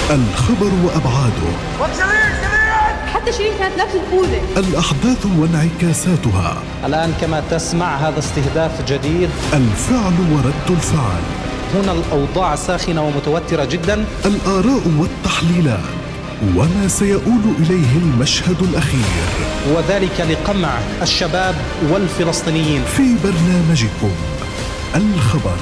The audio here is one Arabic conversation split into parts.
الخبر وأبعاده، حتى شيرين كانت نفس الخوذة. الأحداث وانعكاساتها. الآن كما تسمع هذا استهداف جديد. الفعل ورد الفعل. هنا الأوضاع ساخنة ومتوترة جدا. الآراء والتحليلات وما سيؤول إليه المشهد الأخير، وذلك لقمع الشباب والفلسطينيين. في برنامجكم الخبر.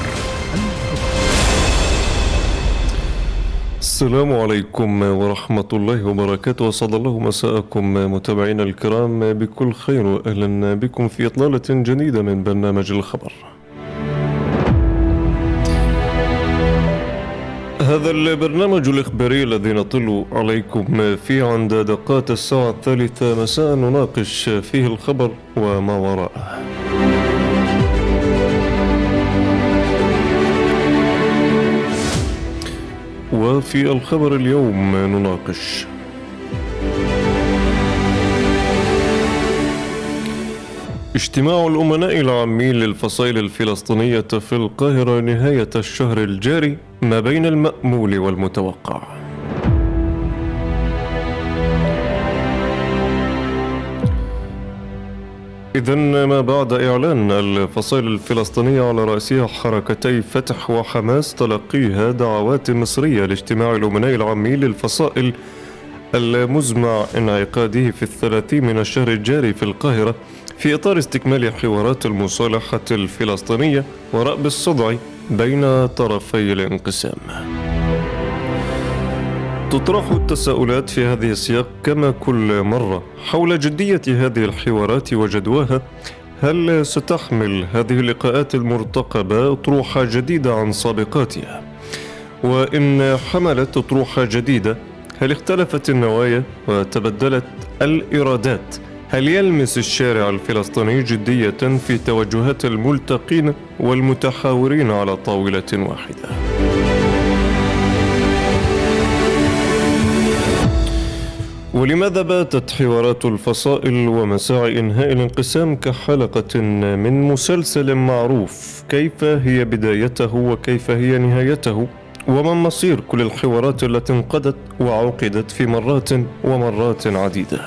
السلام عليكم ورحمة الله وبركاته، وسعد الله مساءكم متابعينا الكرام بكل خير، وأهلا بكم في إطلالة جديدة من برنامج الخبر. هذا البرنامج الإخباري الذي نطل عليكم فيه عند دقات الساعة 3 مساء نناقش فيه الخبر وما وراءه. وفي الخبر اليوم نناقش اجتماع الأمناء العامين للفصائل الفلسطينية في القاهرة نهاية الشهر الجاري، ما بين المأمول والمتوقع. إذن ما بعد إعلان الفصائل الفلسطينية على رأسها حركتي فتح وحماس تلقيها دعوات مصرية لاجتماع الأمناء العامين للفصائل المزمع انعقاده في 30 من الشهر الجاري في القاهرة، في إطار استكمال حوارات المصالحة الفلسطينية ورأب الصدع بين طرفي الانقسام. تطرح التساؤلات في هذه السياق كما كل مرة حول جدية هذه الحوارات وجدواها. هل ستحمل هذه اللقاءات المرتقبة أطروحة جديدة عن سابقاتها؟ وإن حملت أطروحة جديدة، هل اختلفت النوايا وتبدلت الإرادات؟ هل يلمس الشارع الفلسطيني جدية في توجهات الملتقين والمتحاورين على طاولة واحدة؟ ولماذا باتت حوارات الفصائل ومساعي إنهاء الانقسام كحلقة من مسلسل معروف؟ كيف هي بدايته وكيف هي نهايته؟ وما مصير كل الحوارات التي انقضت وعقدت في مرات ومرات عديدة؟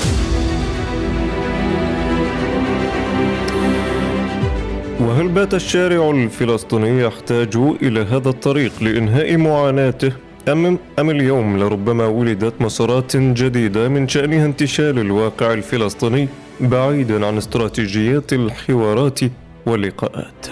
وهل بات الشارع الفلسطيني يحتاج إلى هذا الطريق لإنهاء معاناته، أم اليوم لربما ولدت مسارات جديدة من شأنها انتشال الواقع الفلسطيني بعيدا عن استراتيجيات الحوارات واللقاءات؟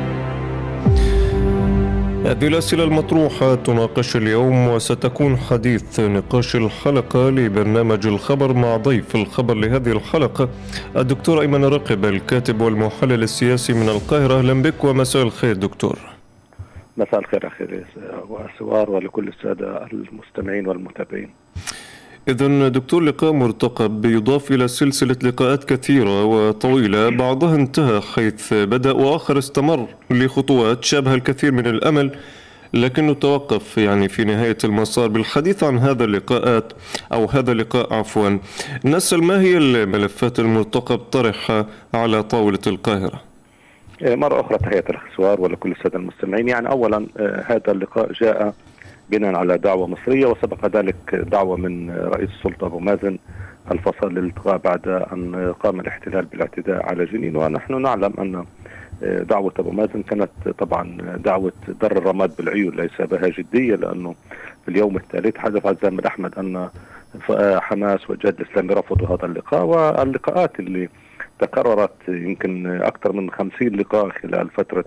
هذه الأسئلة المطروحة تناقش اليوم، وستكون حديث نقاش الحلقة لبرنامج الخبر مع ضيف الخبر لهذه الحلقة الدكتور أيمن رقب، الكاتب والمحلل السياسي من القاهرة. أهلا بك ومساء الخير دكتور. مساء الخير أخي وسوار ولكل السادة المستمعين والمتابعين. إذن دكتور، لقاء مرتقب يضاف إلى سلسلة لقاءات كثيرة وطويلة، بعضها انتهى حيث بدأ وآخر استمر لخطوات شابها الكثير من الأمل، لكنه توقف في نهاية المسار. بالحديث عن هذا اللقاءات أو هذا اللقاء عفوا، نسأل ما هي الملفات المرتقب طرحها على طاولة القاهرة؟ مرة أخرى تحية الأخ سوار ولكل السادة المستمعين. أولا هذا اللقاء جاء بناء على دعوة مصرية، وسبق ذلك دعوة من رئيس السلطة أبو مازن الفصل للالتقاء بعد أن قام الاحتلال بالاعتداء على جنين. ونحن نعلم أن دعوة أبو مازن كانت طبعا دعوة در الرماد بالعيون، ليس بها جدية، لأنه في اليوم الثالث حدث عزام أحمد أن حماس والجهاد الإسلامي رفضوا هذا اللقاء. واللقاءات اللي تكررت يمكن أكثر من 50 لقاء خلال فترة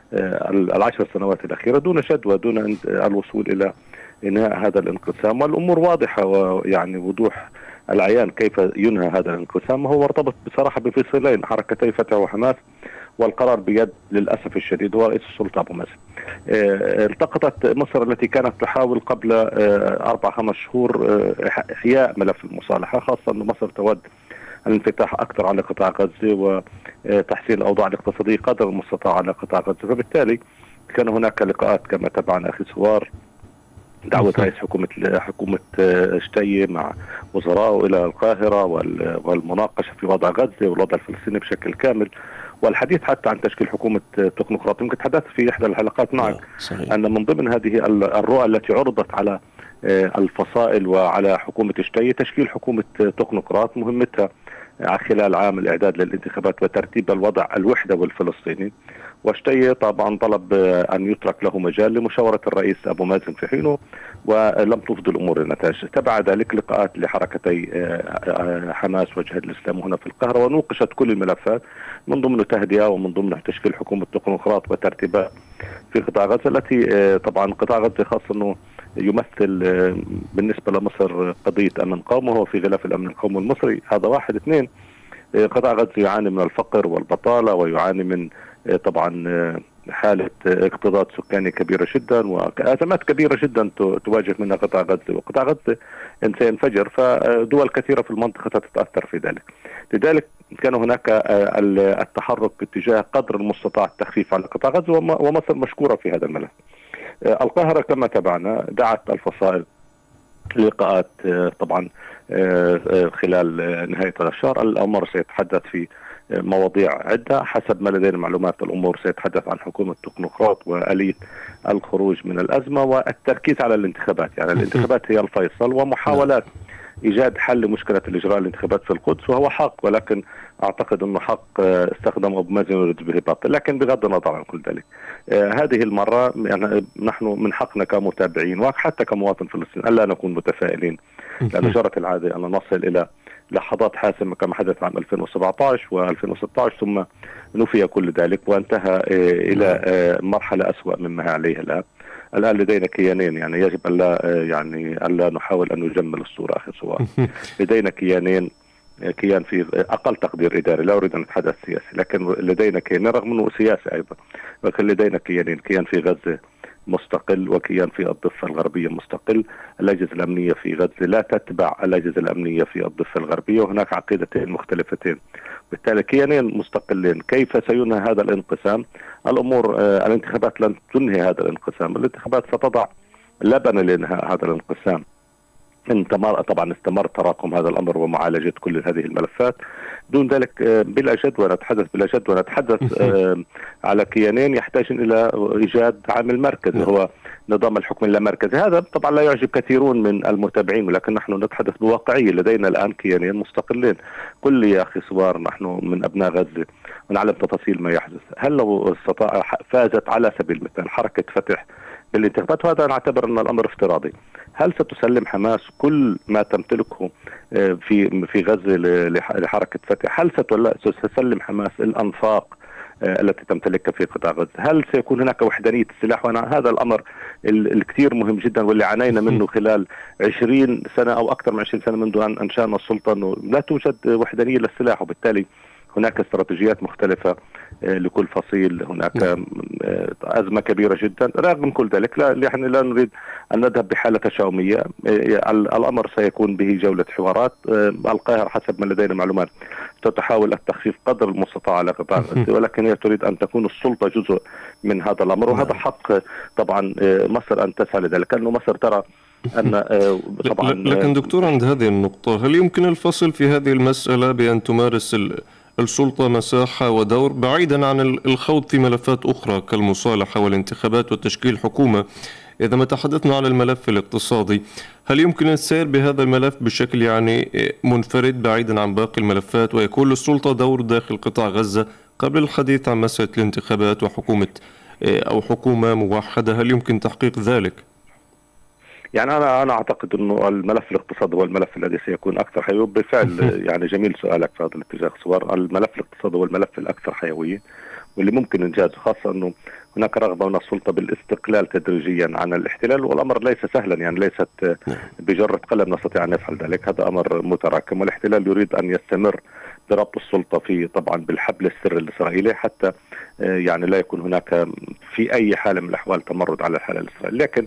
10 سنوات الأخيرة دون جدوى، دون الوصول إلى إنهاء هذا الانقسام. والأمور واضحة ويعني وضوح العيان كيف ينهى هذا الانقسام. هو مرتبط بصراحة بفصيلين، حركتي فتح وحماس، والقرار بيد للأسف الشديد هو رئيس السلطة أبو مازن. التقطت مصر التي كانت تحاول قبل 4-5 شهور إحياء ملف المصالحة، خاصة أن مصر تود الانفتاح أكثر على قطاع غزة وتحسين الأوضاع الاقتصادية قدر المستطاع على قطاع غزة. فبالتالي كان هناك لقاءات كما تبعنا أخي سوار، دعوة رئيس حكومة شتي مع وزراء إلى القاهرة والمناقشة في وضع غزة والوضع الفلسطيني بشكل كامل، والحديث حتى عن تشكيل حكومة تكنوقراط. يمكن تحدثت في إحدى الحلقات معك أن من ضمن هذه الرؤى التي عرضت على الفصائل وعلى حكومة شتي تشكيل حكومة تكنوقراط مهمتها خلال عام الإعداد للانتخابات وترتيب الوضع الوحدة الفلسطيني. وشتي طبعا طلب أن يترك له مجال لمشاورة الرئيس أبو مازن في حينه، ولم تفضي الأمور النتائج. تبع ذلك لقاءات لحركتي حماس وجهاد الإسلام هنا في القاهرة، ونوقشت كل الملفات من ضمن تهدئة ومن ضمن تشكيل حكومة تكنوقراط وترتيبات في قطاع غزة، التي طبعا قطاع غزة خاصة أنه يمثل بالنسبة لمصر قضية أمن قومي، وهو في غلاف الأمن القومي المصري. هذا واحد. اثنين، قطاع غزة يعاني من الفقر والبطالة، ويعاني من طبعا حالة اكتظاظ سكاني كبيرة جدا، وأزمات كبيرة جدا تواجه منها قطاع غزة. وقطاع غزة إن سينفجر فدول كثيرة في المنطقة تتأثر في ذلك. لذلك كان هناك التحرك باتجاه قدر المستطاع التخفيف على قطاع غزة، ومصر مشكورة في هذا الملف. القاهرة كما تابعنا دعت الفصائل لقاءات طبعا خلال نهاية الشهر. الأمر سيتحدث في مواضيع عدة حسب ما لدينا معلومات. الأمور سيتحدث عن حكومة تكنوقراط وآلية الخروج من الأزمة والتركيز على الانتخابات. يعني الانتخابات هي الفيصل، ومحاولات إيجاد حل لمشكلة الإجراء الانتخابات في القدس، وهو حق، ولكن أعتقد أنه حق استخدم أبو مازن يريد به باطل. لكن بغض النظر عن كل ذلك، هذه المرة يعني نحن من حقنا كمتابعين وحتى كمواطن فلسطيني ألا نكون متفائلين، لأن جرت العادة أن نصل إلى لحظات حاسمة كما حدث عام 2017 و2016، ثم نفي كل ذلك وانتهى إلى مرحلة أسوأ مما عليها الآن. الآن لدينا كيانين، يعني يجب ألا نحاول أن نجمل الصورة أخي سوار. لدينا كيانين، كيان في أقل تقدير إداري، لا أريد أن أتحدث سياسي، لكن لدينا كيان رغم أنه سياسي أيضا، لكن لدينا كيانين، كيان في غزة مستقل وكيان في الضفة الغربية مستقل. الأجهزة الأمنية في غزة لا تتبع الأجهزة الأمنية في الضفة الغربية، وهناك عقيدتين مختلفتين، بالتالي كيانين مستقلين. كيف سينهى هذا الانقسام؟ الأمور الانتخابات لن تنهي هذا الانقسام، الانتخابات ستضع لبنة لإنهاء هذا الانقسام. طبعا استمر تراكم هذا الأمر ومعالجة كل هذه الملفات. دون ذلك بلا جدوى نتحدث، بلا جدوى نتحدث على كيانين يحتاجون إلى إيجاد عامل مركزي هو نظام الحكم اللامركزي. هذا طبعا لا يعجب كثيرون من المتابعين، ولكن نحن نتحدث بواقعية. لدينا الآن كيانين مستقلين. قل لي يا أخي سوار، نحن من أبناء غزة ونعلم تفاصيل ما يحدث، هل لو فازت على سبيل المثال حركة فتح بالانتخابات، وهذا نعتبر أن الأمر افتراضي، هل ستسلم حماس كل ما تمتلكه في غزة لحركة فتح؟ هل ستسلم حماس الأنفاق التي تمتلكها في قطاع غزة؟ هل سيكون هناك وحدانية السلاح؟ هذا الأمر الكثير مهم جدا، واللي عانينا منه خلال 20 سنة أو أكثر من 20 سنة منذ أن أنشأنا السلطة، أنه لا توجد وحدانية للسلاح، وبالتالي هناك استراتيجيات مختلفة لكل فصيل. هناك أزمة كبيرة جدا. رغم كل ذلك نحن لا نريد أن نذهب بحالة تشاؤمية. الأمر سيكون به جولة حوارات. القاهرة حسب ما لدينا معلومات تحاول التخفيف قدر المستطاع على قطاع غزة، ولكن هي تريد أن تكون السلطة جزء من هذا الأمر، وهذا حق طبعا مصر أن تسعى لذلك، لأنه مصر ترى أن طبعا. لكن دكتور، عند هذه النقطة هل يمكن الفصل في هذه المسألة بأن تمارس السلطة مساحة ودور بعيدا عن الخوض في ملفات أخرى كالمصالحة والانتخابات وتشكيل حكومة؟ إذا ما تحدثنا عن الملف الاقتصادي، هل يمكن السير بهذا الملف بشكل يعني منفرد بعيدا عن باقي الملفات، ويكون للسلطة دور داخل قطاع غزة قبل الحديث عن مسألة الانتخابات وحكومة أو حكومة موحدة؟ هل يمكن تحقيق ذلك؟ يعني أنا أعتقد أنه الملف الاقتصادي هو الملف الذي سيكون أكثر حيوية بالفعل. يعني جميل سؤالك في هذا الاتجاه صور. الملف الاقتصادي هو الملف الأكثر حيوية واللي ممكن إنجازه، خاصة أنه هناك رغبة من السلطة بالاستقلال تدريجيا عن الاحتلال، والأمر ليس سهلا، يعني ليست بجرة قلم نستطيع أن نفعل ذلك. هذا أمر متراكم، والاحتلال يريد أن يستمر بربط السلطة في طبعا بالحبل السري الإسرائيلي حتى يعني لا يكون هناك في أي حالة من الأحوال تمرد على الحالة الإسرائيلية. لكن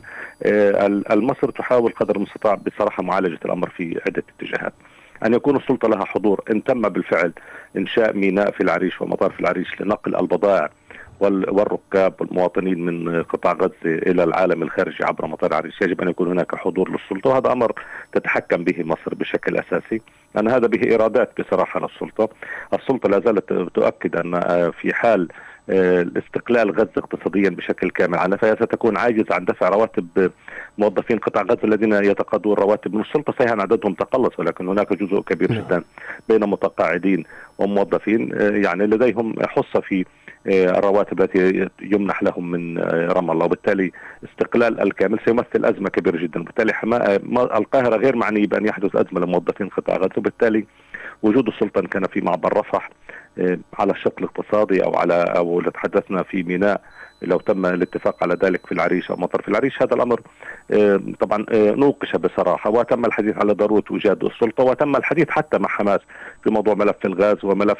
المصر تحاول قدر المستطاع بصراحة معالجة الأمر في عدة اتجاهات. أن يكون السلطة لها حضور. إن تم بالفعل إنشاء ميناء في العريش ومطار في العريش لنقل البضائع والركاب والمواطنين من قطاع غزة إلى العالم الخارجي عبر مطار العريش، يجب أن يكون هناك حضور للسلطة، وهذا أمر تتحكم به مصر بشكل أساسي، لأن هذا به إرادات بصراحة للسلطة. السلطة لا زالت تؤكد أن في حال الاستقلال غزة اقتصاديا بشكل كامل عنها، فهي ستكون عاجزة عن دفع رواتب موظفين قطاع غزة الذين يتقاضون رواتب من السلطة. صحيح عددهم تقلص، ولكن هناك جزء كبير جدا بين متقاعدين وموظفين يعني لديهم حصة في الرواتب التي يمنح لهم من رام الله، وبالتالي استقلال الكامل سيمثل أزمة كبيرة جدا. وبالتالي القاهرة غير معنية بأن يحدث أزمة لموظفين قطاع غزة، وبالتالي وجود السلطة إن كان في معبر رفح على الشق الاقتصادي أو تحدثنا في ميناء لو تم الاتفاق على ذلك في العريش أو مطار في العريش، هذا الأمر طبعا نوقش بصراحة، وتم الحديث على ضرورة وجود السلطة، وتم الحديث حتى مع حماس في موضوع ملف الغاز وملف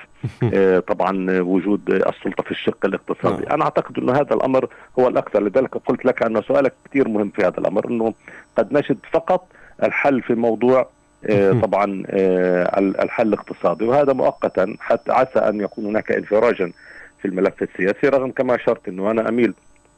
طبعا وجود السلطة في الشق الاقتصادي. أنا أعتقد أن هذا الأمر هو الأكثر، لذلك قلت لك أن سؤالك كثير مهم في هذا الأمر، أنه قد نجد فقط الحل في موضوع طبعا الحل الاقتصادي، وهذا مؤقتا حتى عسى أن يكون هناك انفراجا في الملف السياسي، رغم كما أشرت أنه أنا أميل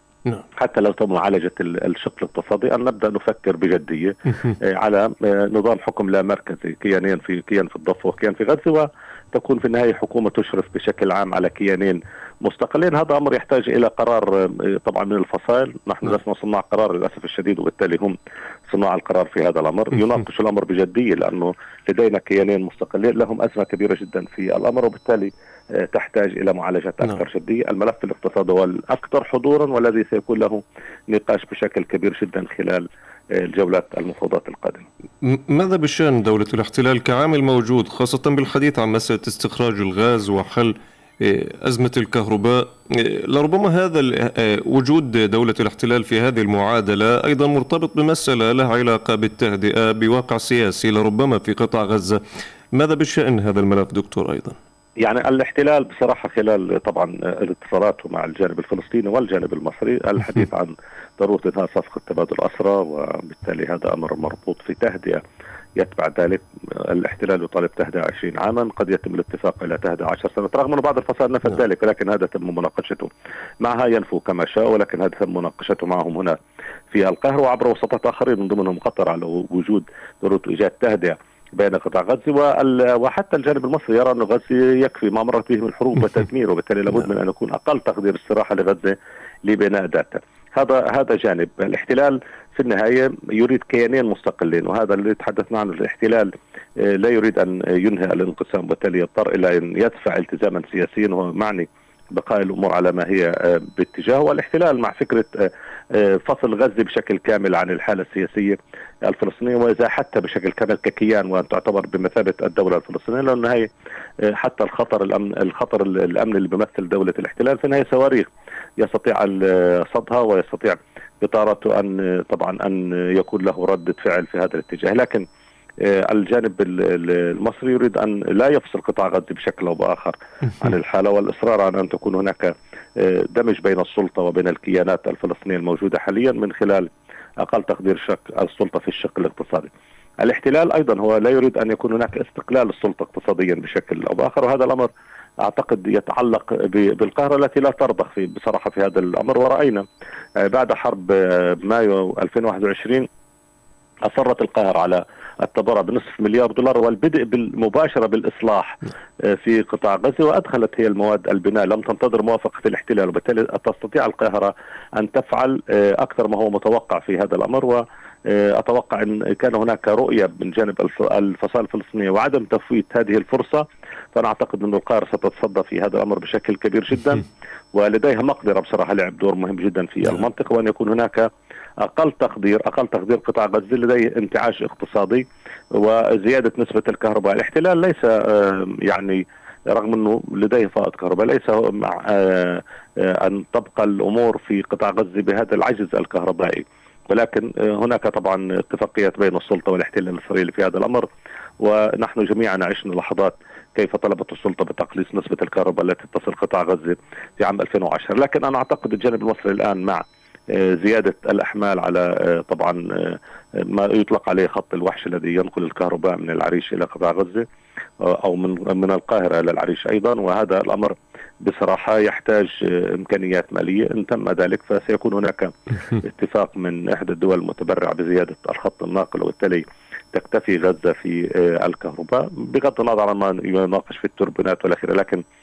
حتى لو تم معالجة الشق الاقتصادي أن نبدأ نفكر بجدية على نظام حكم لا مركزي، كيان في الضفة وكيان في غزة، وتكون في النهاية حكومة تشرف بشكل عام على كيانين مستقلين. هذا أمر يحتاج إلى قرار طبعا من الفصائل، نحن لسنا صناع قرار للأسف الشديد، وبالتالي هم صناع القرار في هذا الأمر. يناقش الأمر بجدية لأنه لدينا كيانين مستقلين لهم أزمة كبيرة جدا في الأمر، وبالتالي تحتاج إلى معالجة أكثر جدية. الملف الاقتصادي هو الأكثر حضورا والذي سيكون له نقاش بشكل كبير جدا خلال الجولات المفاوضات القادمة. ماذا بشأن دولة الاحتلال كعامل موجود، خاصة بالحديث عن مسألة استخراج الغاز وحل أزمة الكهرباء؟ لربما هذا وجود دولة الاحتلال في هذه المعادلة أيضا مرتبط بمسألة لها علاقة بالتهدئة بواقع سياسي لربما في قطاع غزة. ماذا بشأن هذا الملف دكتور أيضا؟ يعني الاحتلال بصراحة خلال طبعا الاتصالاته مع الجانب الفلسطيني والجانب المصري الحديث عن ضرورة إنهاء صفقة تبادل أسرى، وبالتالي هذا أمر مربوط في تهدئة يتبع ذلك. الاحتلال يطالب تهدئة 20 عاما، قد يتم الاتفاق إلى تهدئة 10 سنوات، رغم أن بعض الفصائل نفت ذلك، ولكن هذا تم مناقشته معها، ينفو كما شاء، ولكن هذا تم مناقشته معهم هنا في القاهرة وعبر وسطات آخرين من ضمنهم قطر على وجود ضرورة إيجاد تهدئة بين قطاع غزة وحتى الجانب المصري يرى أن غزة يكفي ما مرت به من حروب وتدمير، وبالتالي لابد من أن يكون أقل تقدير استراحة لغزة لبناء ذاتها. هذا جانب. الاحتلال في النهاية يريد كيانين مستقلين، وهذا اللي تحدثنا عنه. الاحتلال لا يريد أن ينهي الانقسام، وبالتالي يضطر إلى أن يدفع التزاما سياسيا، وهو معني بقاء الأمور على ما هي باتجاه. والاحتلال مع فكرة فصل غزة بشكل كامل عن الحالة السياسية الفلسطينية، وإذا حتى بشكل كامل ككيان وأن تعتبر بمثابة الدولة الفلسطينية، لأن هي حتى الخطر الأمن اللي بيمثل دولة الاحتلال في النهاية صواريخ يستطيع صدها، ويستطيع بطارته أن يكون له ردة فعل في هذا الاتجاه. لكن الجانب المصري يريد أن لا يفصل قطاع غزة بشكل أو بآخر عن الحالة، والإصرار على أن تكون هناك دمج بين السلطة وبين الكيانات الفلسطينية الموجودة حاليا من خلال أقل تقدير السلطة في الشق الاقتصادي. الاحتلال أيضا هو لا يريد أن يكون هناك استقلال السلطة اقتصاديا بشكل أو بآخر، وهذا الأمر أعتقد يتعلق بالقاهرة التي لا ترضخ بصراحة في هذا الأمر. ورأينا بعد حرب مايو 2021 أصرت القاهرة على التبرع بنصف مليار دولار والبدء بالمباشرة بالإصلاح في قطاع غزة، وأدخلت هي المواد البناء، لم تنتظر موافقة الاحتلال، وبالتالي تستطيع القاهرة أن تفعل أكثر ما هو متوقع في هذا الأمر. وأتوقع أن كان هناك رؤية من جانب الفصائل الفلسطينية وعدم تفويت هذه الفرصة، فأنا أعتقد أن القاهرة ستتصدى في هذا الأمر بشكل كبير جدا، ولديها مقدرة بصراحة لعب دور مهم جدا في المنطقة، وأن يكون هناك أقل تقدير قطاع غزة لديه انتعاش اقتصادي وزيادة نسبة الكهرباء. الاحتلال ليس يعني رغم أنه لديه فائض كهرباء ليس مع أن تبقى الأمور في قطاع غزة بهذا العجز الكهربائي، ولكن هناك طبعا اتفاقيات بين السلطة والاحتلال الإسرائيلي في هذا الأمر، ونحن جميعا عشنا لحظات كيف طلبت السلطة بتقليص نسبة الكهرباء التي تصل قطاع غزة في عام 2010. لكن أنا أعتقد الجانب المصري الآن مع زيادة الأحمال على طبعا ما يطلق عليه خط الوحش الذي ينقل الكهرباء من العريش إلى قطاع غزة أو من القاهرة إلى العريش أيضا، وهذا الأمر بصراحة يحتاج إمكانيات مالية. إن تم ذلك فسيكون هناك اتفاق من إحدى الدول المتبرعة بزيادة الخط الناقل، وبالتالي تكتفي غزة في الكهرباء بغض النظر عن ما يناقش في التوربينات والأخيرة. لكن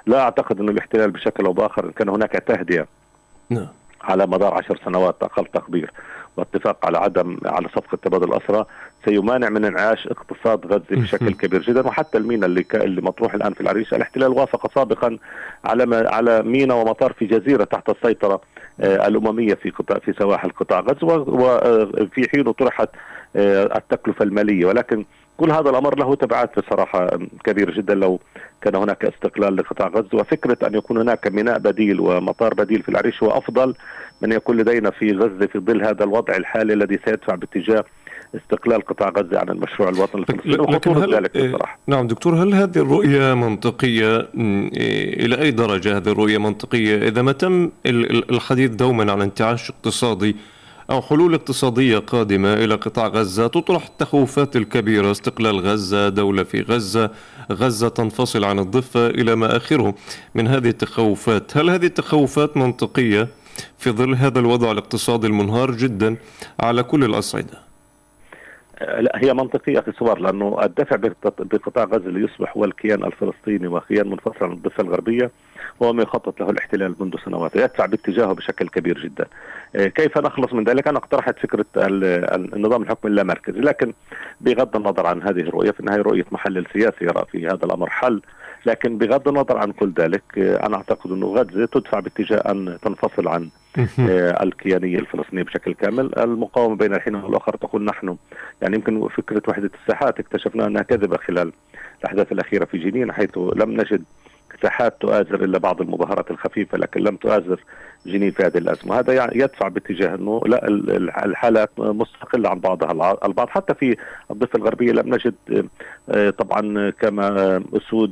لا أعتقد أن الاحتلال بشكل أو بآخر إن كان هناك تهدئة على مدار 10 سنوات أقل تقدير واتفاق على صفقة تبادل الأسرى سيمانع من انعاش اقتصاد غزة بشكل كبير جدا. وحتى الميناء اللي مطروح الآن في العريش، الاحتلال وافق سابقا على ميناء ومطار في جزيرة تحت السيطرة الأممية في سواحل قطاع غزة، وفي حين طرحت التكلفة المالية، ولكن كل هذا الأمر له تبعات بصراحة كبيرة جدا لو كان هناك استقلال لقطاع غزة. وفكرة أن يكون هناك ميناء بديل ومطار بديل في العريش هو أفضل من يكون لدينا في غزة في ظل هذا الوضع الحالي الذي سيدفع باتجاه استقلال قطاع غزة عن المشروع الوطني الفلسطيني وخطورة ذلك بصراحة. نعم دكتور، هل هذه الرؤية منطقية؟ إلى أي درجة هذه الرؤية منطقية إذا ما تم الحديث دوما عن انتعاش اقتصادي أو حلول اقتصادية قادمة إلى قطاع غزة تطرح التخوفات الكبيرة، استقلال غزة، دولة في غزة، غزة تنفصل عن الضفة إلى ما آخره من هذه التخوفات؟ هل هذه التخوفات منطقية في ظل هذا الوضع الاقتصادي المنهار جدا على كل الأصعدة؟ لا، هي منطقية في صور، لأنه الدفع بقطاع غزة ليصبح هو الكيان الفلسطيني وكيان منفصل عن الضفة الغربية هو ما يخطط له الاحتلال منذ سنوات، يدفع باتجاهه بشكل كبير جدا. كيف نخلص من ذلك؟ أنا اقترحت فكرة النظام الحكم اللامركزي، لكن بغض النظر عن هذه الرؤية، في النهاية رؤية محلل سياسي يرى في هذا الأمر حل، لكن بغض النظر عن كل ذلك أنا أعتقد أنه غزة تدفع باتجاه أن تنفصل عن الكيانية الفلسطينية بشكل كامل. المقاومة بين الحين والآخر تقول نحن، يعني يمكن فكرة وحدة الساحات اكتشفنا أنها كذبة خلال الأحداث الأخيرة في جنين، حيث لم نجد ساحات تؤازر إلا بعض المظاهرات الخفيفة، لكن لم تؤازر جنين في هذه الأزمة. هذا يعني يدفع باتجاه أنه لا، الحالات مستقلة عن بعضها البعض. حتى في الضفة الغربية لم نجد طبعا كما أسود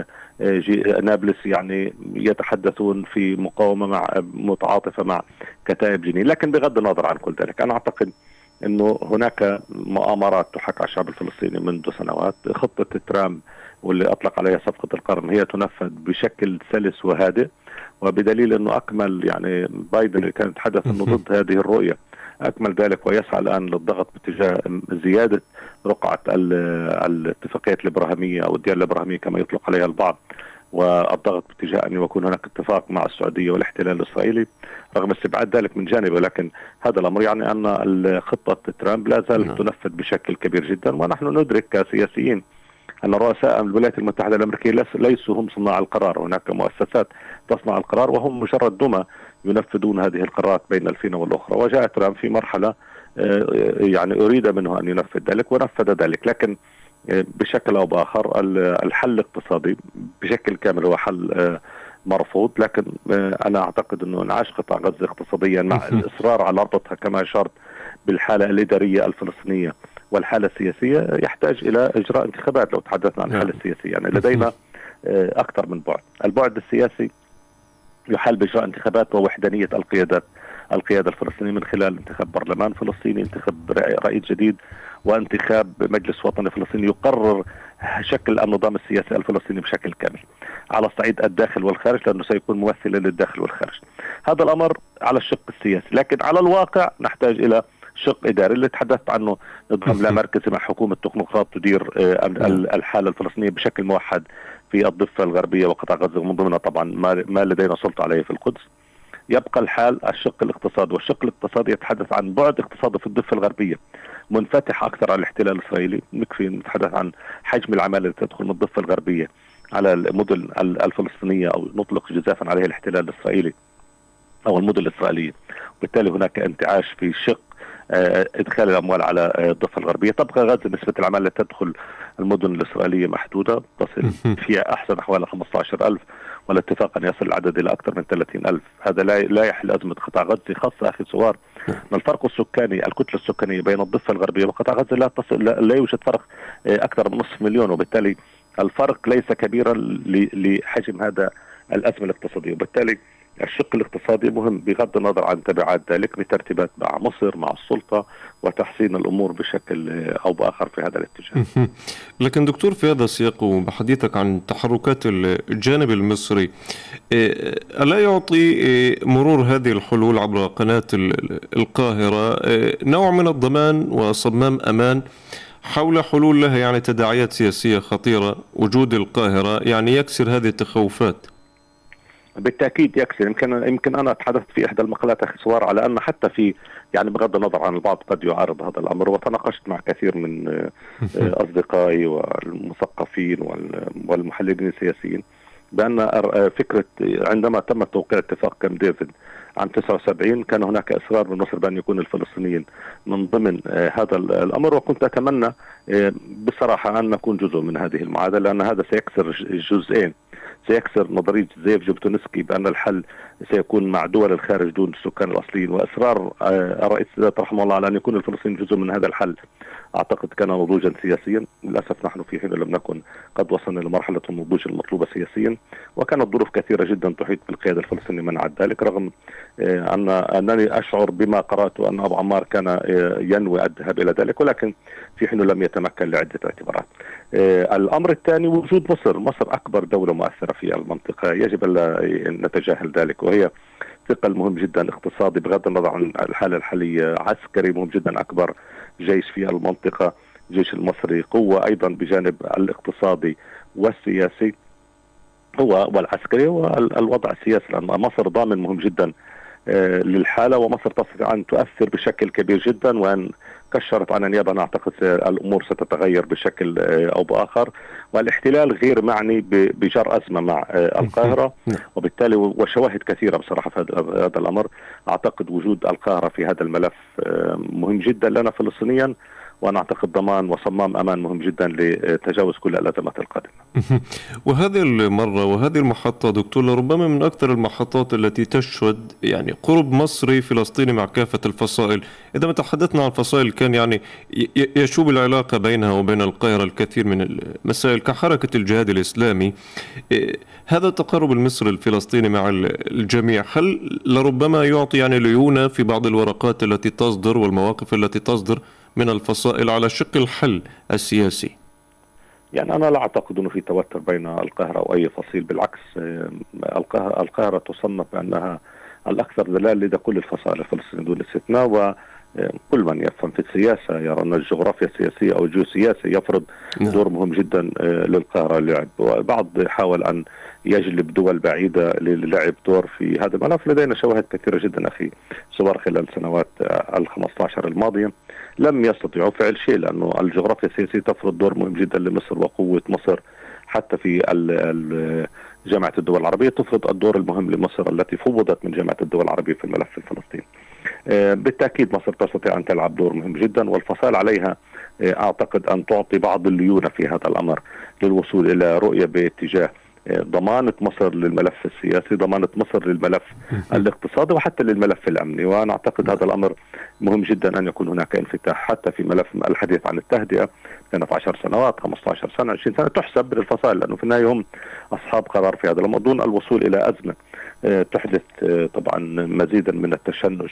نابلس يعني يتحدثون في مقاومة متعاطفة مع كتائب جنين. لكن بغض النظر عن كل ذلك أنا أعتقد أنه هناك مؤامرات تحاك على الشعب الفلسطيني منذ سنوات. خطة ترامب واللي أطلق عليها صفقة القرن هي تنفذ بشكل سلس وهادئ، وبدليل أنه أكمل يعني بايدن اللي كان يتحدث أنه ضد هذه الرؤية أكمل ذلك ويسعى الآن للضغط باتجاه زيادة رقعة الاتفاقيات الإبراهيمية أو الديار الإبراهيمية كما يطلق عليها البعض، والضغط باتجاه أن يكون هناك اتفاق مع السعودية والاحتلال الإسرائيلي رغم استبعاد ذلك من جانبه. لكن هذا الأمر يعني أن خطة ترامب لا زالت تنفذ بشكل كبير جدا، ونحن ندرك كسياسيين أن رؤساء الولايات المتحدة الأمريكية ليسوا هم صناع القرار، هناك مؤسسات تصنع القرار وهم مجرد دمى ينفذون هذه القرارات بين الفينة والأخرى. وجاء ترامب في مرحلة يعني أريد منه أن ينفذ ذلك ونفذ ذلك، لكن بشكل أو بآخر الحل الاقتصادي بشكل كامل هو حل مرفوض. لكن أنا أعتقد أنه انعاش قطاع غزة اقتصاديا مع الإصرار على ربطها كما أشرت بالحالة الإدارية الفلسطينية والحالة السياسية يحتاج إلى إجراء انتخابات. لو تحدثنا عن الحالة السياسية يعني لدينا أكثر من بعد. البعد السياسي يحل بإجراء انتخابات ووحدانية القيادة الفلسطينية من خلال انتخاب برلمان فلسطيني، انتخاب رئيس جديد، وانتخاب مجلس وطني فلسطيني يقرر شكل النظام السياسي الفلسطيني بشكل كامل على الصعيد الداخل والخارج، لأنه سيكون ممثلا للداخل والخارج. هذا الأمر على الشق السياسي، لكن على الواقع نحتاج إلى شق إداري اللي تحدثت عنه، نظام لا مركزي مع حكومة تكنوقراط تدير الحالة الفلسطينية بشكل موحد في الضفة الغربية وقطاع غزة، ومن ضمنها طبعا ما لدينا سلطة عليه في القدس. يبقى الحال الشق الاقتصادي، والشق الاقتصادي يتحدث عن بعد اقتصادي في الضفة الغربية منفتح أكثر على الاحتلال الإسرائيلي. نكفي نتحدث عن حجم العمالة التي تدخل من الضفة الغربية على المدن الفلسطينية أو نطلق جزافا عليها الاحتلال الإسرائيلي أو المدن الإسرائيلية، وبالتالي هناك انتعاش في شق إدخال الأموال على الضفة الغربية. تبقى غزة نسبة العمالة التي تدخل المدن الإسرائيلية محدودة، تصل فيها أحسن حوالي 15,000، والاتفاق أن يصل العدد إلى أكثر من 30,000. هذا لا يحل أزمة قطاع غزة، خاصة أخي سوار أن الفرق السكاني، الكتلة السكانية بين الضفة الغربية وقطاع غزة لا يوجد فرق أكثر من نصف مليون، وبالتالي الفرق ليس كبيرا لحجم هذا الأزمة الاقتصادية. وبالتالي الشق الاقتصادي مهم بغض النظر عن تبعات ذلك بترتيبات مع مصر مع السلطة وتحسين الأمور بشكل أو بآخر في هذا الاتجاه. لكن دكتور، في هذا السياق وبحديثك عن تحركات الجانب المصري، ألا يعطي مرور هذه الحلول عبر قناة القاهرة نوع من الضمان وصمام أمان حول حلول لها يعني تداعيات سياسية خطيرة؟ وجود القاهرة يعني يكسر هذه التخوفات. بالتأكيد يكسر. يمكن أنا تحدثت في إحدى المقالات أخي سوار على أن حتى في يعني بغض النظر عن البعض قد يعارض هذا الأمر، وتناقشت مع كثير من أصدقائي والمثقفين والمحللين السياسيين بأن فكرة عندما تم توقيع اتفاق كامب ديفيد عام 79 كان هناك إصرار من مصر بأن يكون الفلسطينيين من ضمن هذا الأمر، وكنت أتمنى بصراحة أن نكون جزء من هذه المعادلة، لأن هذا سيكسر جزئين، سيكسر نظرية زيف جبتونسكي بأن الحل سيكون مع دول الخارج دون السكان الأصليين، وإصرار الرئيس السادات رحمه الله على أن يكون الفلسطينيين جزء من هذا الحل أعتقد كان نضوجا سياسيا. للأسف نحن في حين لم نكن قد وصلنا لمرحلة النضوج المطلوبة سياسيا، وكانت ظروف كثيرة جدا تحيط بالقيادة الفلسطينية منعت ذلك، رغم أنني أشعر بما قرأت أن أبو عمار كان ينوي الذهاب إلى ذلك، ولكن في حين لم يتمكن لعدة اعتبارات. الأمر الثاني وجود مصر أكبر دولة مؤثرة في المنطقة، يجب أن نتجاهل ذلك، وهي ثقل مهم جدا اقتصادي بغض النظر عن الحالة الحالية، عسكري مهم جدا، أكبر جيش في المنطقة الجيش المصري، قوة أيضا بجانب الاقتصادي والسياسي والعسكري والوضع السياسي، لأن مصر ضامن مهم جدا للحالة، ومصر تستطيع أن تؤثر بشكل كبير جدا، وأن كشرت عن النيابة أنا أعتقد الأمور ستتغير بشكل أو بآخر، والاحتلال غير معني بجر أزمة مع القاهرة، وبالتالي وشواهد كثيرة بصراحة في هذا الأمر. أعتقد وجود القاهرة في هذا الملف مهم جدا لنا فلسطينيا، وأنا أعتقد ضمان وصمام أمان مهم جدا لتجاوز كل الأزمات القادمة. وهذه المرة وهذه المحطة دكتور ربما من أكثر المحطات التي تشهد يعني قرب مصري فلسطيني مع كافة الفصائل. إذا ما تحدثنا عن الفصائل كان يعني يشوب العلاقة بينها وبين القاهرة الكثير من المسائل كحركة الجهاد الإسلامي. هذا التقارب المصري الفلسطيني مع الجميع هل لربما يعطي يعني ليونة في بعض الورقات التي تصدر والمواقف التي تصدر من الفصائل على شق الحل السياسي؟ يعني أنا لا أعتقد أنه في توتر بين القاهرة أو أي فصيل، بالعكس القاهرة تصنف بأنها الأكثر دلال لدى كل الفصائل الفلسطينية دون استثناء، وكل من يفهم في السياسة يرى أن الجغرافيا السياسية أو الجيوسياسي يفرض دور مهم جدا للقاهرة اللعب، وبعض حاول أن يجلب دول بعيدة للعب دور في هذا الملف. لدينا شواهد كثيرة جدا أخي سوار خلال السنوات 15 الماضية لم يستطيعوا فعل شيء، لأنه الجغرافيا السياسية تفرض دور مهم جدا لمصر، وقوة مصر حتى في جامعة الدول العربية تفرض الدور المهم لمصر التي فوضت من جامعة الدول العربية في الملف الفلسطيني. بالتأكيد مصر تستطيع أن تلعب دور مهم جدا، والفصائل عليها أعتقد أن تعطي بعض الليونة في هذا الأمر للوصول إلى رؤية باتجاه ضمانة مصر للملف السياسي، ضمانة مصر للملف الاقتصادي، وحتى للملف الأمني. وأنا أعتقد هذا الأمر مهم جدا أن يكون هناك انفتاح حتى في ملف الحديث عن التهدئة. كانت 10 سنوات 15 سنة 20 سنة تحسب للفصائل، لأنه في النهاية هم أصحاب قرار في هذا الأمر دون الوصول إلى أزمة تحدث طبعا مزيدا من التشنج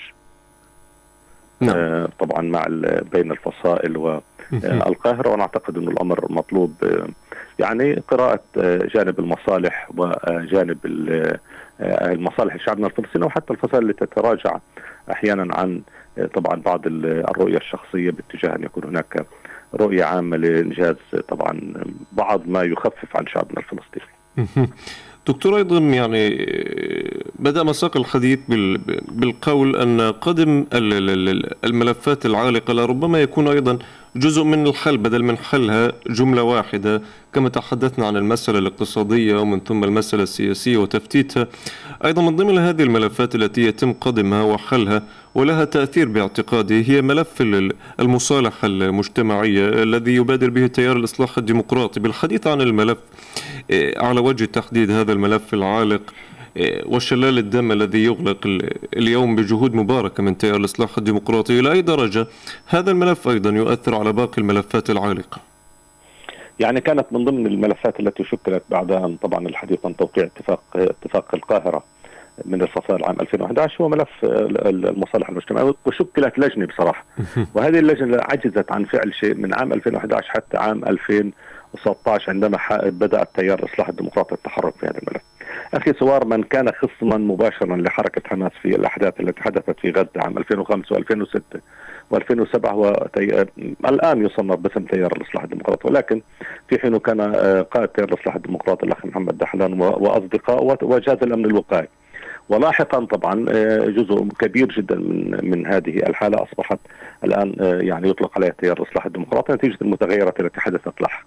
طبعا مع بين الفصائل والقاهرة. وأنا أعتقد أن الأمر مطلوب يعني قراءة جانب المصالح وجانب المصالح شعبنا الفلسطيني، وحتى الفصائل اللي تتراجع أحيانا عن طبعا بعض الرؤية الشخصية باتجاه أن يكون هناك رؤية عامة لإنجاز طبعا بعض ما يخفف عن شعبنا الفلسطيني. دكتور أيضا يعني بدأ مساق الحديث بالقول أن قدم الملفات العالقة لربما يكون أيضا جزء من الحل بدل من حلها جملة واحدة، كما تحدثنا عن المسألة الاقتصادية ومن ثم المسألة السياسية وتفتيتها. أيضا من ضمن هذه الملفات التي يتم قدمها وحلها ولها تأثير باعتقادي هي ملف المصالحة المجتمعية الذي يبادر به تيار الإصلاح الديمقراطي. بالحديث عن الملف على وجه تحديد هذا الملف العالق وشلال الدم الذي يغلق اليوم بجهود مباركة من تيار الإصلاح الديمقراطي، إلى أي درجة هذا الملف أيضا يؤثر على باقي الملفات العالقة؟ يعني كانت من ضمن الملفات التي شكلت بعدها طبعا الحديث عن توقيع اتفاق القاهرة من الفصائل عام 2011 هو ملف المصالح المجتمعية، وشكلت لجنة بصراحة، وهذه اللجنة عجزت عن فعل شيء من عام 2011 حتى عام 2016 عندما بدأ التيار الإصلاح الديمقراطي التحرك في هذا الملف. أخي سوار، من كان خصما مباشرا لحركة حماس في الأحداث التي حدثت في غزة عام 2005 و2006 و2007 هو الآن يصنف باسم تيار الإصلاح الديمقراطي، ولكن في حينه كان قائد تيار الإصلاح الديمقراطي الأخ محمد دحلان وأصدقائه وجهاز الأمن الوقائي. ولاحقا طبعا جزء كبير جدا من هذه الحالة أصبحت الآن يعني يطلق عليها تيار الإصلاح الديمقراطي نتيجة المتغيرات التي حدثت لها.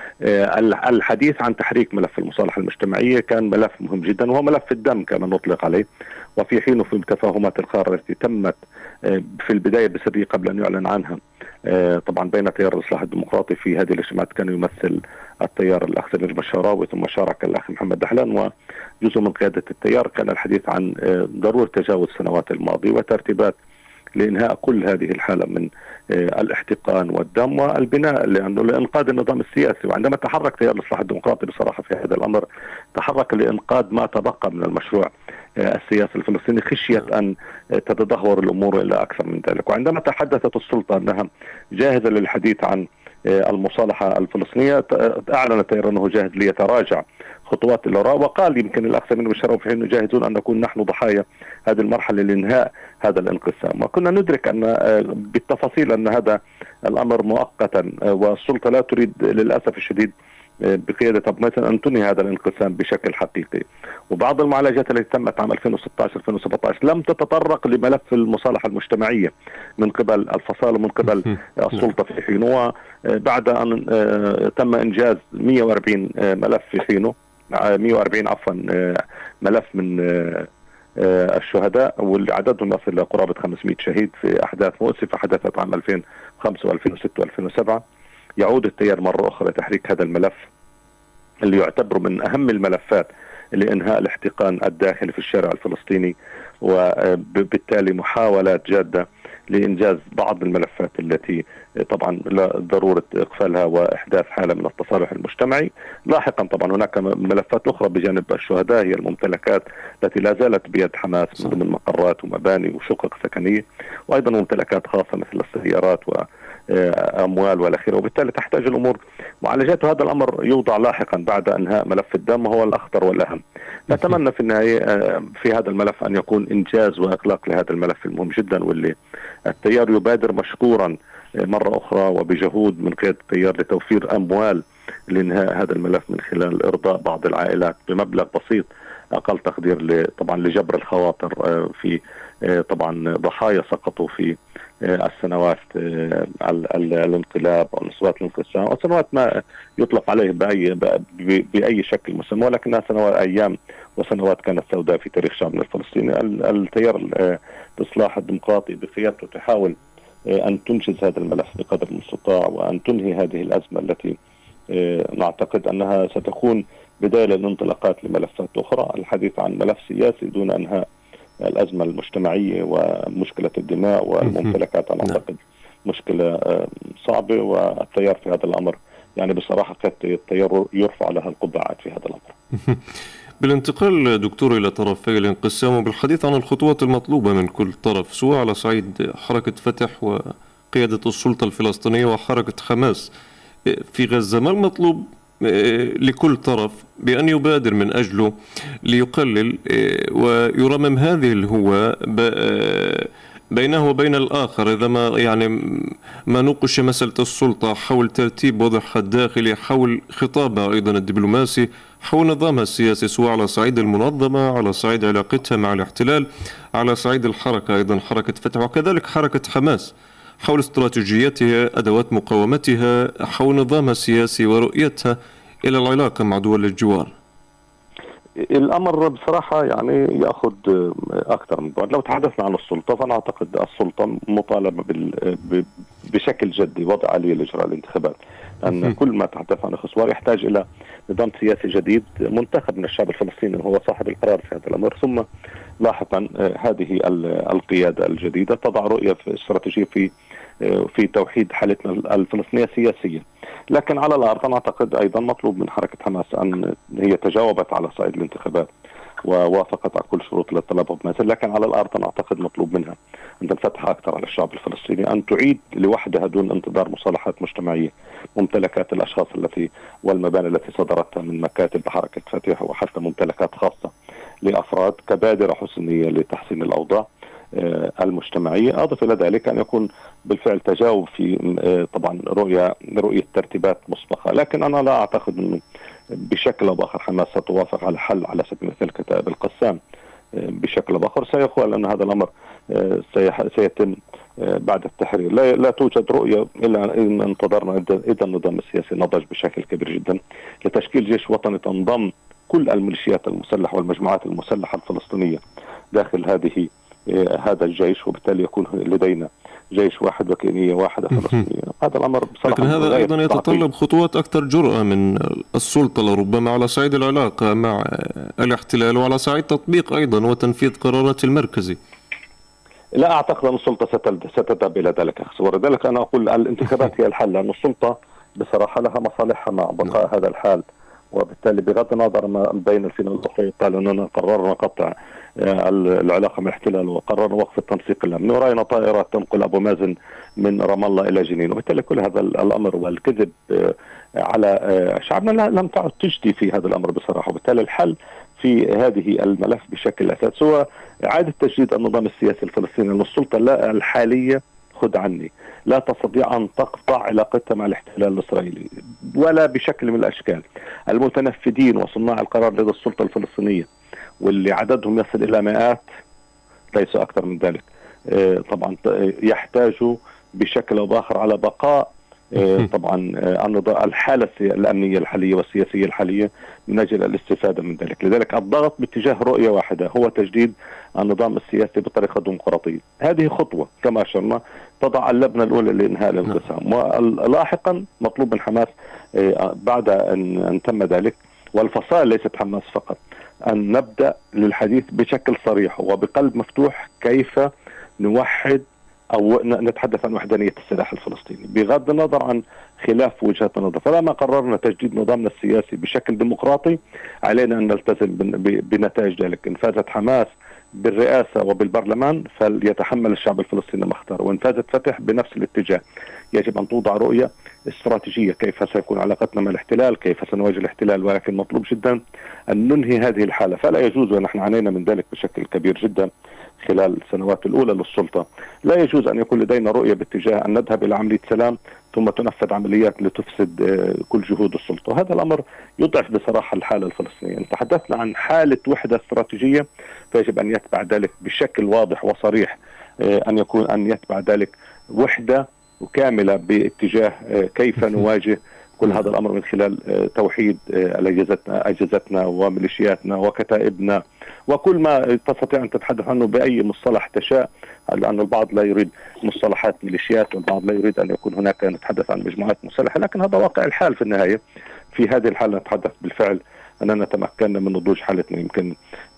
الحديث عن تحريك ملف المصالحة المجتمعية كان ملف مهم جدا، وهو ملف الدم كما نطلق عليه، وفي حينه في التفاهمات القارة التي تمت في البداية بسرية قبل أن يعلن عنها طبعا بين تيار الإصلاح الديمقراطي. في هذه الاجتماعات كان يمثل التيار الأخ سمير بشاراوي، ثم شارك الأخ محمد دحلان وجزء من قيادة التيار. كان الحديث عن ضرورة تجاوز السنوات الماضية وترتيبات لإنهاء كل هذه الحالة من الاحتقان والدم والبناء لإنقاذ النظام السياسي. وعندما تحرك تيار الإصلاح الديمقراطي بصراحة في هذا الأمر تحرك لإنقاذ ما تبقى من المشروع السياسي الفلسطيني خشية أن تتدهور الأمور إلى أكثر من ذلك. وعندما تحدثت السلطة أنها جاهزة للحديث عن المصالحة الفلسطينية أعلن التيار أنه جاهز ليتراجع خطوات الوراء، وقال يمكن الأخ سمير بشاراوي في حين جاهزون أن نكون نحن ضحايا هذه المرحلة لإنهاء هذا الانقسام. وكنا ندرك أن بالتفاصيل أن هذا الأمر مؤقتا، والسلطة لا تريد للأسف الشديد بقيادة أبو مازن أن تنهي هذا الانقسام بشكل حقيقي. وبعض المعالجات التي تمت عام 2016-2017 لم تتطرق لملف المصالحة المجتمعية من قبل الفصائل ومن قبل السلطة في حينه، بعد أن تم إنجاز 140 ملف في حينه 140 عفوا ملف من الشهداء، والعددهم يصل إلى قرابة 500 شهيد في أحداث مؤسفة حدثت عام 2005 و2006 و2007. يعود التيار مرة أخرى لتحريك هذا الملف اللي يعتبر من أهم الملفات لإنهاء الاحتقان الداخلي في الشارع الفلسطيني، وبالتالي محاولات جادة لإنجاز بعض الملفات التي طبعا ضرورة إقفالها وإحداث حالة من التصالح المجتمعي. لاحقا طبعا هناك ملفات أخرى بجانب الشهداء هي الممتلكات التي لا زالت بيد حماس من ضمن مقرات ومباني وشقق سكنية، وأيضا ممتلكات خاصة مثل السيارات وأموال والأخيرة. وبالتالي تحتاج الأمور معالجات، هذا الأمر يوضع لاحقا بعد انهاء ملف الدم وهو الأخطر والأهم. نتمنى في النهاية في هذا الملف أن يكون إنجاز وإغلاق لهذا الملف المهم جدا، واللي التيار يبادر مشكورا مرة أخرى وبجهود من قيادة التيار لتوفير أموال لإنهاء هذا الملف من خلال إرضاء بعض العائلات بمبلغ بسيط أقل تقدير طبعا لجبر الخواطر في طبعا ضحايا سقطوا في السنوات الانقلاب أو سنوات الانقسام أو سنوات ما يطلق عليه بأي شكل مسمى، ولكنها سنوات أيام وسنوات كانت سوداء في تاريخ شعبنا الفلسطيني. التيار الإصلاح الديمقراطي بقيادته تحاول أن تنجز هذا الملف بقدر المستطاع وأن تنهي هذه الأزمة التي نعتقد أنها ستكون بداية للانطلاقات لملفات أخرى. الحديث عن ملف سياسي دون أنهاء الأزمة المجتمعية ومشكلة الدماء والممتلكات أنا أعتقد مشكلة صعبة، والتيار في هذا الأمر يعني بصراحة التيار يرفع لها القبعات في هذا الأمر. بالانتقال دكتور إلى طرفي الانقسام وبالحديث عن الخطوات المطلوبة من كل طرف، سواء على صعيد حركة فتح وقيادة السلطة الفلسطينية وحركة حماس في غزة، ما المطلوب لكل طرف بأن يبادر من أجله ليقلل ويرمم هذه الهوة بينه وبين الآخر؟ إذا ما نوقش مسألة السلطة حول ترتيب وضعها الداخلي، حول خطابها أيضا الدبلوماسي، حول نظامها السياسي، سواء على صعيد المنظمة، على صعيد علاقتها مع الاحتلال، على صعيد الحركة أيضا حركة فتح، وكذلك حركة حماس حول استراتيجيتها، أدوات مقاومتها، حول نظامها السياسي ورؤيتها إلى العلاقة مع دول الجوار. الأمر بصراحة يعني يأخذ أكثر من بعد. لو تحدثنا عن السلطة فأنا أعتقد السلطة مطالبة بشكل جدي وضع آلية لإجراء الانتخابات، أن كل ما تحدث عن الخسوار يحتاج إلى نظام سياسي جديد منتخب من الشعب الفلسطيني وهو صاحب القرار في هذا الأمر، ثم لاحقا هذه القيادة الجديدة تضع رؤية استراتيجية في توحيد حالتنا الفلسطينية سياسيا. لكن على الأرض أنا أعتقد أيضا مطلوب من حركة حماس أن هي تجاوبت على صعيد الانتخابات ووافقت على كل شروط اللي طلبها بمازن، لكن على الأرض أنا أعتقد مطلوب منها أن تنفتح أكثر على الشعب الفلسطيني، أن تعيد لوحدها دون انتظار مصالحات مجتمعية ممتلكات الأشخاص والمباني التي صدرتها من مكاتب حركة فتح، وحتى ممتلكات خاصة لأفراد كبادرة حسنية لتحسين الأوضاع. المجتمعية. أضف إلى ذلك أن يكون بالفعل تجاوب في طبعا رؤية ترتيبات مسبقة، لكن أنا لا أعتقد أنه بشكل أو بآخر حماس ستوافق على حل على سبيل المثال كتائب القسام بشكل أو بآخر. سيقول أن هذا الأمر سيتم بعد التحرير. لا توجد رؤية إلا إن انتظرنا إذا النظام السياسي نضج بشكل كبير جدا لتشكيل جيش وطني تنضم كل الميليشيات المسلحة والمجموعات المسلحة الفلسطينية داخل هذا الجيش، وبالتالي يكون لدينا جيش واحد وكيانية واحدة فلسطينية. هذا الأمر بصراحة، لكن هذا أيضا يتطلب خطوات أكثر جرأة من السلطة لربما على صعيد العلاقة مع الاحتلال وعلى صعيد تطبيق أيضا وتنفيذ قرارات المركزي. لا أعتقد أن السلطة ستذهب إلى ذلك، ولذلك أنا أقول الانتخابات هي الحل، لأن السلطة بصراحة لها مصالحها مع بقاء هذا الحال، وبالتالي بغض النظر ما بين الفينال الأخرى قالوا أننا قررنا قطع العلاقة مع الاحتلال وقررنا وقف التنسيق الأمني ورأينا طائرات تنقل أبو مازن من رام الله إلى جنين، وبالتالي كل هذا الأمر والكذب على شعبنا لم تعد تجدي في هذا الأمر بصراحة. وبالتالي الحل في هذه الملف بشكل أساس هو إعادة تجديد النظام السياسي الفلسطيني، لأن السلطة الحالية خذ عني لا تستطيع أن تقطع علاقتها مع الاحتلال الإسرائيلي ولا بشكل من الأشكال. المتنفذين وصناع القرار لدى السلطة الفلسطينية واللي عددهم يصل إلى مئات ليس أكثر من ذلك طبعا يحتاجوا بشكل أو بآخر على بقاء طبعا الحالة الأمنية الحالية والسياسية الحالية من أجل الاستفادة من ذلك. لذلك الضغط باتجاه رؤية واحدة هو تجديد النظام السياسي بطريقة ديمقراطية. هذه خطوة كما أشرنا تضع اللبنة الأولى لإنهاء الانقسام، ولاحقا مطلوب من حماس بعد أن تم ذلك والفصائل ليست حماس فقط أن نبدأ للحديث بشكل صريح وبقلب مفتوح كيف نوحد أو نتحدث عن وحدانية السلاح الفلسطيني بغض النظر عن خلاف وجهات النظر. فلما قررنا تجديد نظامنا السياسي بشكل ديمقراطي علينا أن نلتزم بنتائج ذلك. إن فازت حماس بالرئاسة وبالبرلمان فليتحمل الشعب الفلسطيني ما اختار، وإن فازت فتح بنفس الاتجاه. يجب أن توضع رؤية استراتيجية كيف سيكون علاقتنا مع الاحتلال، كيف سنواجه الاحتلال، ولكن مطلوب جدا أن ننهي هذه الحالة. فلا يجوز، ونحن عانينا من ذلك بشكل كبير جدا خلال السنوات الأولى للسلطة، لا يجوز أن يكون لدينا رؤية باتجاه أن نذهب إلى عملية سلام ثم تنفذ عمليات لتفسد كل جهود السلطة. وهذا الأمر يضعف بصراحة الحالة الفلسطينية. تحدثنا عن حالة وحدة استراتيجية، فيجب أن يتبع ذلك بشكل واضح وصريح أن يتبع ذلك وحدة كاملة باتجاه كيف نواجه كل هذا الأمر من خلال توحيد أجهزتنا وميليشياتنا وكتائبنا وكل ما تستطيع أن تتحدث عنه بأي مصطلح تشاء، لأن البعض لا يريد مصطلحات ميليشيات والبعض لا يريد أن يكون هناك نتحدث عن مجموعات مسلحة، لكن هذا واقع الحال في النهاية. في هذه الحالة نتحدث بالفعل أننا تمكنا من نضوج حالتنا. يمكن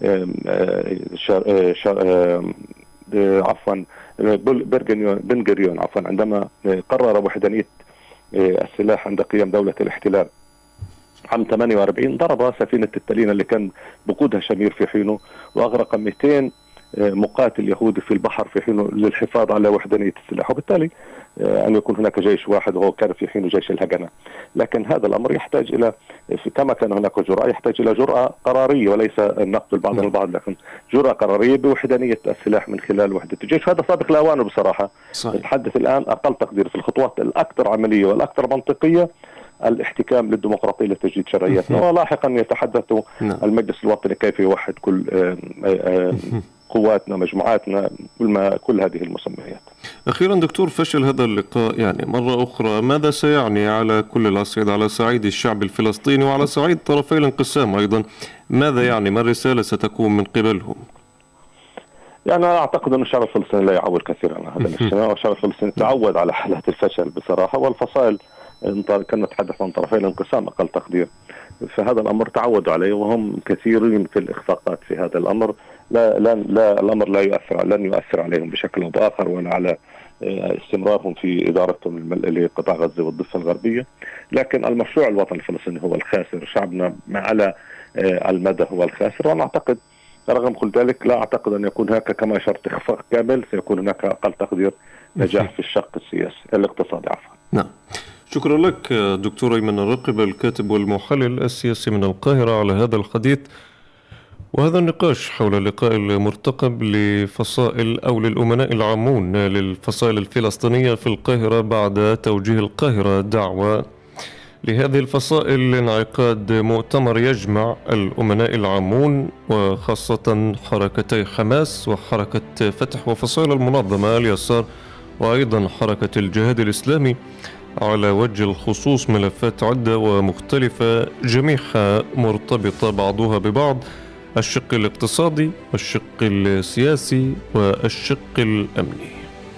بن غوريون عندما قرر وحدانية السلاح عند قيام دولة الاحتلال عام 48 ضرب سفينة التالين اللي كان بقودها شمير في حينه وأغرق 200 مقاتل يهودي في البحر في حينه للحفاظ على وحدانية السلاح، وبالتالي أن يكون هناك جيش واحد وهو كان في حينه جيش الهجنة. لكن هذا الأمر يحتاج إلى كما كان هناك جرأة يحتاج إلى جرأة قرارية وليس النقد البعض من البعض، لكن جرأة قرارية بوحدانية السلاح من خلال وحدة الجيش. هذا سابق لأوانه بصراحة. نتحدث الآن أقل تقدير في الخطوات الأكثر عملية والأكثر منطقية الاحتكام للديمقراطية لتجديد شرعيتنا، ولاحقا يتحدث المجلس الوطني كيف يوحد كل قواتنا مجموعاتنا كل هذه المسميات. أخيرا دكتور، فشل هذا اللقاء يعني مرة أخرى ماذا سيعني على كل الأصعدة، على صعيد الشعب الفلسطيني وعلى صعيد طرفي الانقسام أيضا؟ ماذا يعني، ما الرسالة ستكون من قبلهم؟ يعني أنا أعتقد أن الشعب الفلسطيني لا يعول كثيرا على هذا الاجتماع، والشعب الفلسطيني تعود على حالات الفشل بصراحة، والفصائل كنا نتحدث عن طرفي الانقسام أقل تقدير، فهذا الأمر تعودوا عليه وهم كثيرين في الإخفاقات في هذا الأمر. لا الأمر لن يؤثر عليهم بشكل أو بآخر ولا على استمرارهم في إدارتهم لقطاع غزة والضفة الغربية. لكن المشروع الوطني الفلسطيني هو الخاسر، شعبنا على المدى هو الخاسر، وأنا أعتقد رغم كل ذلك لا أعتقد أن يكون هناك كما أشرت إخفاق كامل، سيكون هناك أقل تقدير نجاح في الشق السياسي الاقتصادي. نعم، شكرا لك دكتور أيمن الرقب الكاتب والمحلل السياسي من القاهرة على هذا الحديث. وهذا النقاش حول اللقاء المرتقب لفصائل أو للأمناء العامون للفصائل الفلسطينية في القاهرة بعد توجيه القاهرة دعوة لهذه الفصائل لانعقاد مؤتمر يجمع الأمناء العامون وخاصة حركتي حماس وحركة فتح وفصائل المنظمة اليسار وأيضا حركة الجهاد الإسلامي على وجه الخصوص ملفات عدة ومختلفة جميعها مرتبطة بعضها ببعض: الشق الاقتصادي والشق السياسي والشق الأمني.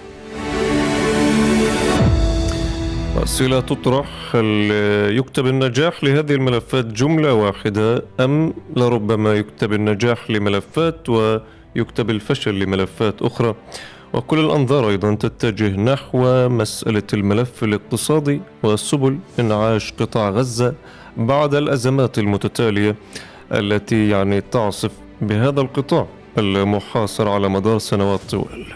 أسئلة تطرح: هل يكتب النجاح لهذه الملفات جملة واحدة أم لربما يكتب النجاح لملفات ويكتب الفشل لملفات أخرى؟ وكل الأنظار أيضا تتجه نحو مسألة الملف الاقتصادي وسبل إنعاش قطاع غزة بعد الأزمات المتتالية التي تعصف بهذا القطاع المحاصر على مدار سنوات طوال.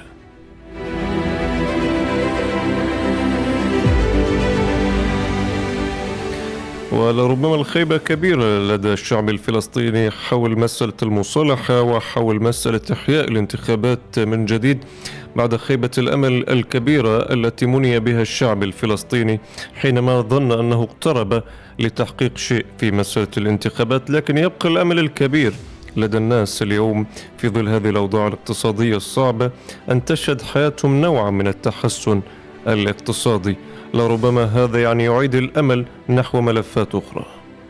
ولربما الخيبة كبيرة لدى الشعب الفلسطيني حول مسألة المصالحة وحول مسألة إحياء الانتخابات من جديد بعد خيبة الأمل الكبيرة التي مني بها الشعب الفلسطيني حينما ظن أنه اقترب لتحقيق شيء في مسألة الانتخابات. لكن يبقى الأمل الكبير لدى الناس اليوم في ظل هذه الأوضاع الاقتصادية الصعبة أن تشهد حياتهم نوعا من التحسن الاقتصادي. لربما هذا يعيد الأمل نحو ملفات أخرى.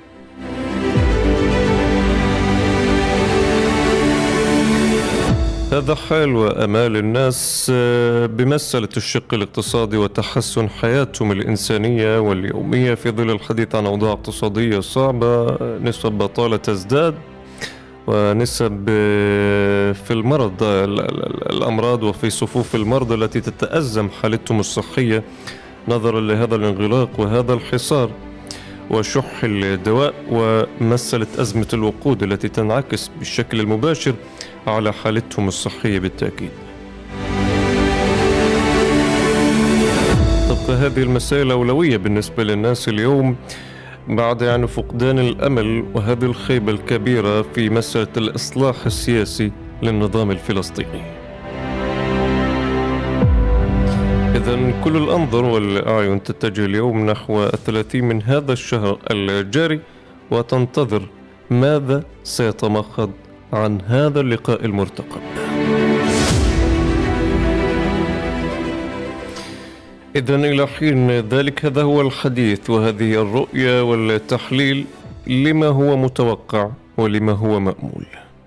هذا حال وأمال الناس بمسألة الشق الاقتصادي وتحسن حياتهم الإنسانية واليومية في ظل الحديث عن أوضاع اقتصادية صعبة، نسب بطالة تزداد ونسب في المرض الأمراض وفي صفوف المرضى التي تتأزم حالتهم الصحية نظرا لهذا الانغلاق وهذا الحصار وشح الدواء ومسألة أزمة الوقود التي تنعكس بالشكل المباشر على حالتهم الصحية بالتأكيد. تبقى هذه المسائل أولوية بالنسبة للناس اليوم بعد فقدان الأمل وهذه الخيبة الكبيرة في مسألة الإصلاح السياسي للنظام الفلسطيني. إذن كل الأنظر والأعين تتجه اليوم نحو 30 من هذا الشهر الجاري وتنتظر ماذا سيتمخض عن هذا اللقاء المرتقب. إذن إلى حين ذلك هذا هو الحديث وهذه الرؤية والتحليل لما هو متوقع ولما هو مأمول.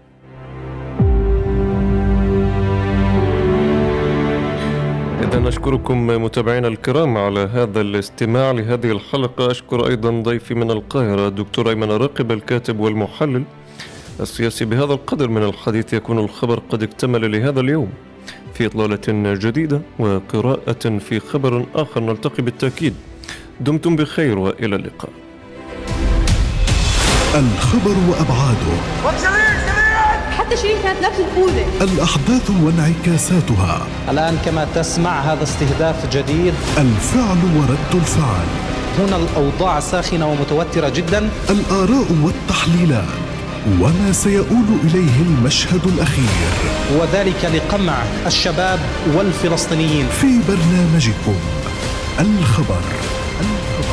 إذن أشكركم متابعينا الكرام على هذا الاستماع لهذه الحلقة. أشكر أيضا ضيفي من القاهرة الدكتور أيمن راقب الكاتب والمحلل السياسي. بهذا القدر من الحديث يكون الخبر قد اكتمل لهذا اليوم. في إطلالة جديدة وقراءة في خبر آخر نلتقي بالتأكيد. دمتم بخير وإلى اللقاء. الخبر وأبعاده، حتى شيرين كانت لابسة الخوذة. الأحداث وانعكاساتها. الآن كما تسمع هذا استهداف جديد. الفعل ورد الفعل. هنا الأوضاع ساخنة ومتوترة جدا. الآراء والتحليلات وما سيؤول إليه المشهد الأخير، وذلك لقمع الشباب والفلسطينيين في برنامجكم الخبر.